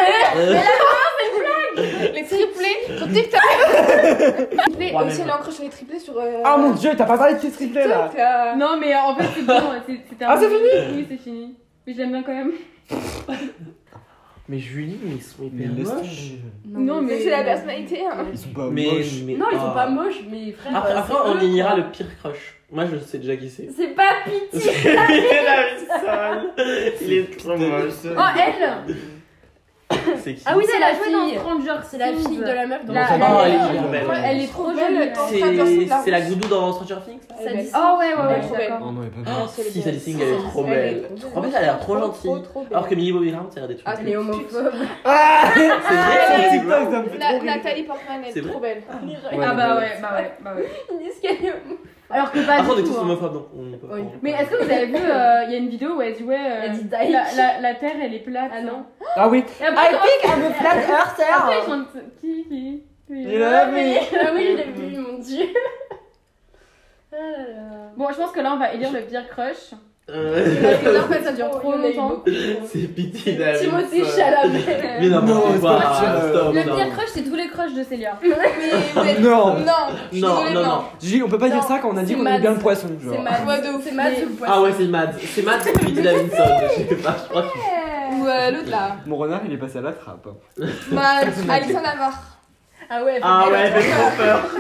Les triplés sur TikTok. Triplés, Trois aussi même. elle est en crush sur les triplés sur. Oh mon dieu, t'as pas parlé de tes triplés là. TikTok, là. Non mais en fait c'est bon, c'était Ah, c'est fini. Oui c'est fini. Mais je l'aime bien quand même. Mais Julie, mais ils sont Mais hyper laisse moches. tomber. Non, mais- C'est la personnalité. Hein. Ils sont pas Mais, moches. Non, ils sont ah. pas moches, mais frère. Après, on ira le pire crush. Moi, je sais déjà qui c'est. C'est pas Pity. C'est Davidson. Il est trop moche. Oh elle. C'est qui? Ah oui, C'est c'est la la fille dans fille. Stranger C'est la fille de la meuf dans La- Oh, elle est elle- hyper belle. Elle est trop jolie. C'est la goudou dans Stranger Things? Ça dit Oh ouais Elle est je suis trop belle. d'accord. Oh non, elle est pas Ah, belle. si, Sadie Sink, elle est trop belle. En fait, elle a l'air trop gentille. Alors que Millie Bobby Brown, ça a l'air des trucs. Ah, Elle est homophobe. Ah, C'est vrai, sur c'est TikTok, ça me fait trop rire. Nathalie Portman, elle C'est est trop vrai belle. Ah bah ouais. Ils disent qu'elle est Alors que pas Après, on est du tous tout. hein. homophobes, donc on est pas. Oui. Mais est-ce que vous avez vu, il y a une vidéo où elle dit ouais, Elle dit die. la Terre elle est plate. Ah non. Ah oui. Et après, I'm a flat earther. après ils chantent qui You love me. Ah oui, je l'ai vu, mon dieu. Ah là là. Bon, je pense que là on va élire le pire crush. Euh, Parce que là en fait ça dure trop Il y en a eu longtemps. beaucoup. C'est Pity Davidson. Timothée Chalamet. Mais Non, n'importe c'est quoi. pas sûr. Stop, Le non. pire crush c'est tous les crushs de Célia. Mais vous êtes. Non. Non, je suis Non, désolée, non, non. Julie, on peut pas dire Non, ça quand on a dit c'est qu'on aimait Mads. bien le poisson. C'est Genre. Mads. Ouais, de ouf. C'est Mads Mais- ou le poisson. Ah ouais, c'est Mads. C'est Mads ou Pity Davidson. Je sais pas, je crois que. Ou l'autre là. Mon renard, il est passé à la trappe. Alison Navarre. Ah ouais, Ah ouais, elle fait trop peur.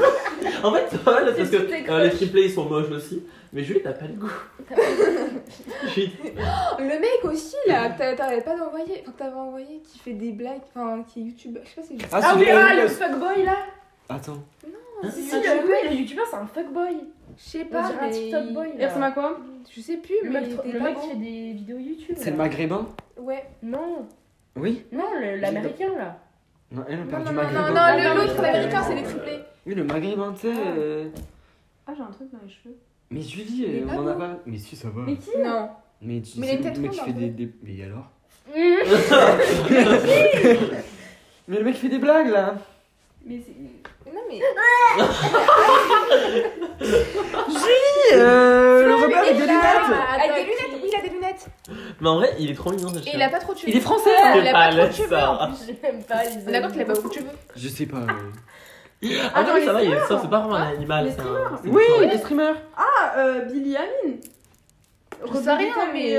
En fait, c'est pas mal parce que toutes les les crushs. triplés ils sont moches aussi. Mais Julie, t'as pas le goût. Julie. Le mec aussi là, que t'arrêtes pas d'envoyer, enfin que t'avais envoyé, qui fait des blagues, enfin qui est youtubeur, je sais pas si c'est. Ah oui, le fuckboy là. Attends. Si, le youtubeur c'est un fuckboy. Je sais On pas, dirait un TikTok boy. Il ressemble à quoi? Je sais plus, Le mais mec, il était le pas mec bon. qui fait des vidéos YouTube. C'est le là. maghrébin? Ouais. Non, Oui. non, l'américain là. Non, elle on Non, parle non, du non, maghrébin. non, l'autre l'américain, c'est les triplés. Oui, le maghrébin, tu sais. Ah, j'ai un truc dans les cheveux. Mais Julie, Il est pas on en a beau. pas. Mais si, ça va. Mais qui Non. Mais tu Mais sais, il a une le tête mec qui ronde, fait un peu. des. Mais alors? Mais le mec fait des blagues là. Mais c'est. Non mais. Le Robert avec des il a- lunettes. Avec des lunettes, oui, il a des lunettes. Mais en vrai, il est trop mignon ce Et chien. il a pas trop de cheveux. Il est français. Il C'est a pas pas trop de laisse cheveux ça. en plus. Je l'aime pas, les On est d'accord qu'il a pas beaucoup de cheveux. Je sais pas. Ah non, mais ça va, ça c'est pas vraiment un animal. les c'est un- streamers. c'est une Oui, forme. des streamers. Billy Amin. Je sais rien, mais.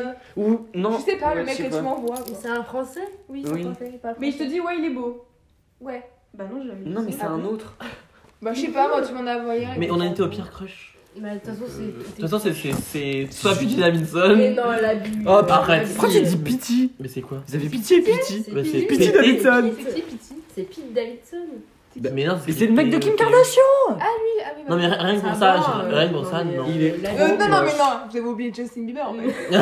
Ou non. Je sais pas, le Ouais, mec je que sais tu pas. m'envoies. Mais c'est un français. Oui, Oui. c'est français, pas Mais il te dit, ouais, il est beau. Ouais. Bah non, j'ai jamais dit Non, mais ça. c'est un autre. Bah, je sais pas, moi, tu m'en as envoyé un. Mais on a été au pire crush. Mais de toute façon, c'est. De toute façon, c'est soit Julie. Pity Davidson. Mais non, la bu. Oh, arrête. Pourquoi tu dis Pity? Mais c'est quoi? Vous avez pitié, Pity? Bah, c'est Pity Pété. Davidson. C'est qui Pity? C'est Pete Davidson. Mais non, Mais c'est le mec de Kim Kardashian. Ah oui, Non, mais rien que pour ça, rien que pour ça, non. Il est non, trop non, mais moche. non, vous avez oublié Justin Bieber en fait.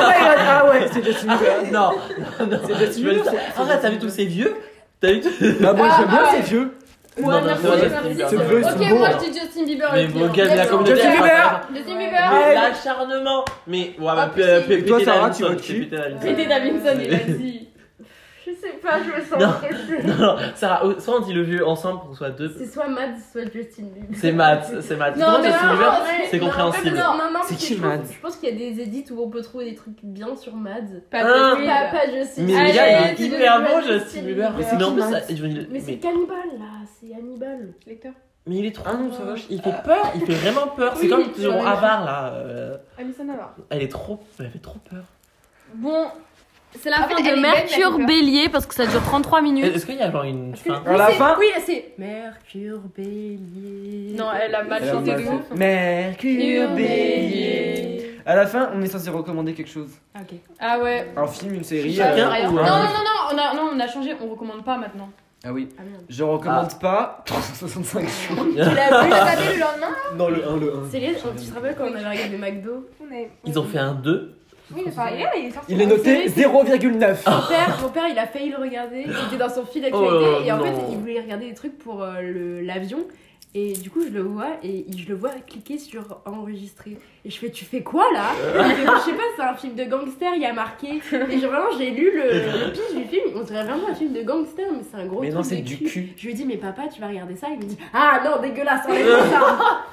Ah ouais, c'est Justin Bieber. Non, non, C'est Justin Bieber. Arrête, t'as vu tous ces vieux? T'as vu tous. Bah, moi j'aime bien Ah, ces vieux. Non, non, merci, c'est pas merci. Justin Bieber. C'est vieux, ils sont Ok, beaux. moi je dis Justin Bieber. Mais le vos pire. gars de la communauté. Justin Bieber. Justin Bieber. Ouais. L'acharnement. Mais ouais, Ah, bah, puis Et toi, Sarah, tu votes qui? Pete Davidson, il a dit. Je sais pas, je me sens Non. oppressée. Non, Sarah, soit on dit le vieux ensemble pour qu'on soit deux. C'est soit Mads, soit Justin Bieber. C'est Matt, c'est Matt. Non, Pour moi, mais Justin non, Bieber, en vrai, c'est Non, compréhensible. en fait, non, C'est parce qui, que Mads? je pense qu'il y a des edits où on peut trouver des trucs bien sur Mads. Pas Ah. de Pas Justin Mais Bieber. le gars, il est Allez, hyper tu beau, veux Justin Bieber. Mais c'est Mais en qui, plus, Matt Mais c'est Cannibal là, c'est Hannibal. Lecteur. Mais il est trop. Ah non, ça va. Il fait peur, il fait vraiment peur. C'est Oui, comme tu son vois, avare là. Alissa Navarre. Elle est trop. Elle fait trop peur. Bon, c'est la En fin fait, elle de est belle, Mercure la Cooper. Bélier parce que ça dure 33 minutes. Est-ce qu'il y a genre une fin? À la fin. Oui, c'est. Mercure Bélier. Non, elle a mal Elle a chanté mal de fait. ouf. Mercure Bélier. À la fin, on est censé recommander quelque chose. Ok. Ah ouais. Un film, une série. Chacun ou Non, un- non, non, on a changé, on recommande pas maintenant. Ah oui. Ah merde. Je recommande pas 365 jours. Tu l'as vu, t'as tapé le lendemain. Non, le 1, le 1. Céline, tu te rappelles quand on avait regardé McDo? Ils ont fait un 2. Oui, enfin, il est sorti. Il est noté 0,9. Mon père, il a failli le regarder. Il était dans son fil Oh, d'actualité et en non. fait, il voulait regarder des trucs pour l'avion. Et du coup, je le vois et je le vois cliquer sur enregistrer. Et je fais, tu fais quoi là? Il fait, je sais pas, c'est un film de gangster, il y a marqué. Et genre, vraiment, j'ai lu le pitch du film. On dirait vraiment un film de gangster, mais c'est un gros Mais truc non, c'est de du cul. Je lui ai dit, mais papa, tu vas regarder ça? Il me dit, ah non, dégueulasse, enlève ça.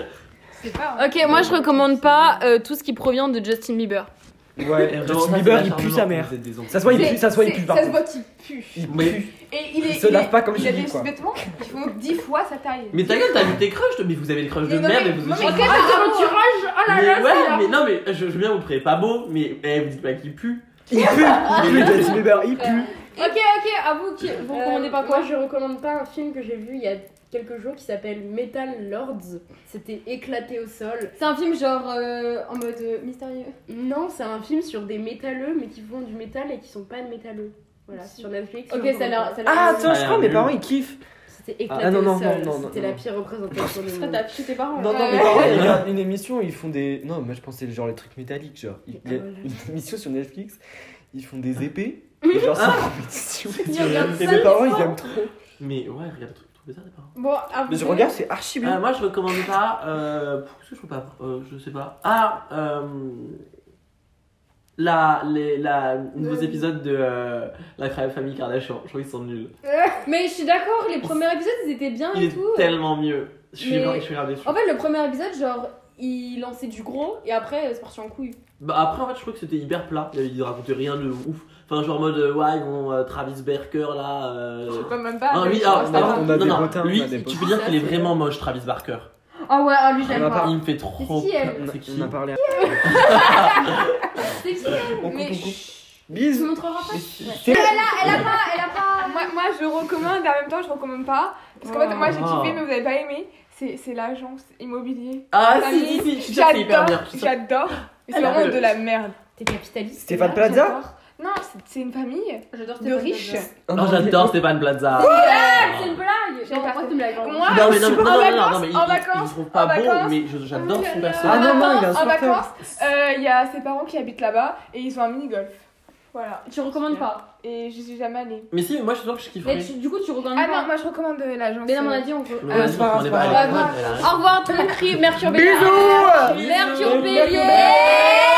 C'est pas. Ok, moi je recommande pas tout ce qui provient de Justin Bieber. Ouais, Justin Bieber, il pue sa mère. Ça se voit, il pue, ça se voit, il pue par Ça se contre. voit qu'il pue. Il Mais- pue. Et il se lave pas comme il a Julie, des quoi. vêtements qui font 10 fois sa taille. Mais ta gueule, t'as vu tes crushs, mais vous avez des crushs de Mais non, merde mais- et vous non, aussi. mais- Ok, mais tu rages. Oh là Mais là, ouais, c'est là. mais non, mais je veux bien vous trouver pas beau, mais vous dites pas qu'il pue. Il pue, Justin Bieber, il pue. Ok, à vous, vous recommandez pas quoi? Moi, je recommande pas un film que j'ai vu il y a quelques jours qui s'appelle Metal Lords. C'était éclaté au sol. C'est un film genre en mode mystérieux. Non, c'est un film sur des métalleux, mais qui font du métal et qui sont pas de métalleux. Voilà, c'est sur Netflix. Ok, je ça a l'air. Ah, tiens, Ah, je crois, mes nul. parents ils kiffent. C'était éclaté Ah, non, au non, sol. non, non, C'était non. la pire représentation du Ça monde. t'a piqué tes parents. Non, non, mes parents ils regardent une émission, ils font des. Non, moi je pensais genre les trucs métalliques, genre. Il y a une émission sur Netflix, ils font des épées. Et genre, c'est une compétition. Et mes parents ils aiment trop. Mais ouais, regarde le truc trop bizarre, tes parents. Bon, à vous. Mais je regarde, c'est archi bien. Moi, je recommande pas. Qu'est-ce que je peux pas je sais pas. Ah, nouveaux épisodes de la famille Kardashian. Je trouve qu'ils sont nuls. Mais je suis d'accord, les premiers épisodes ils étaient bien Il et est tout. tellement mieux. Je suis Mais- grave déçu. En fait, le premier épisode, genre, il lançait du gros et après c'est parti en couille. Bah après en fait je crois que c'était hyper plat, ils racontaient rien de ouf. Enfin genre en mode ouais ils vont Travis Barker là. Je sais pas même pas. Ah, lui, mais alors, je sais pas. on a des non, bottins, lui on a des tu bottins. peux dire Ça, qu'il est c'est- vraiment moche Travis Barker. Ah ouais, lui j'aime On a pas. Il me fait trop qui, elle peur. C'est qui On a parlé. C'est qui elle? On coupe, Mais on coupe. tu Bisous. montreras pas. C'est- Elle a pas. Moi je recommande, en même temps je recommande pas. Parce qu'en fait, moi j'ai Ah. kiffé, mais vous avez pas aimé. c'est l'agence immobilier. Ah, Famille. si, je suis sûre que c'est hyper bien. J'adore. Mais c'est Elle a vraiment le- de la merde. T'es capitaliste. Stéphane Plaza. J'adore. Non, c'est une famille J'adore de riches. Non, j'adore Stéphane Plaza. C'est une blague. J'ai pas Pourquoi tu me l'as vendu? Moi, Non, mais non, en mais vacances, il en il vacances, trouve pas en bon, vacances. mais j'adore son perso. Ah non, non, il est en insupportable. vacances, il y a ses parents qui habitent là-bas et ils ont un mini-golf. Voilà. Tu recommandes pas. Et je suis jamais allée. Mais si, mais moi je suis sûr que je kifferais. Mais du coup, tu recommandes Ah pas. non, moi je recommande l'agence. Mais non, on a dit on peut. Mais c'est pas grave, on est c'est pas pas allé. grave. Elle a raison. Au revoir, Mercure Bélier. Bisous. Mercure Bélier. Bélier.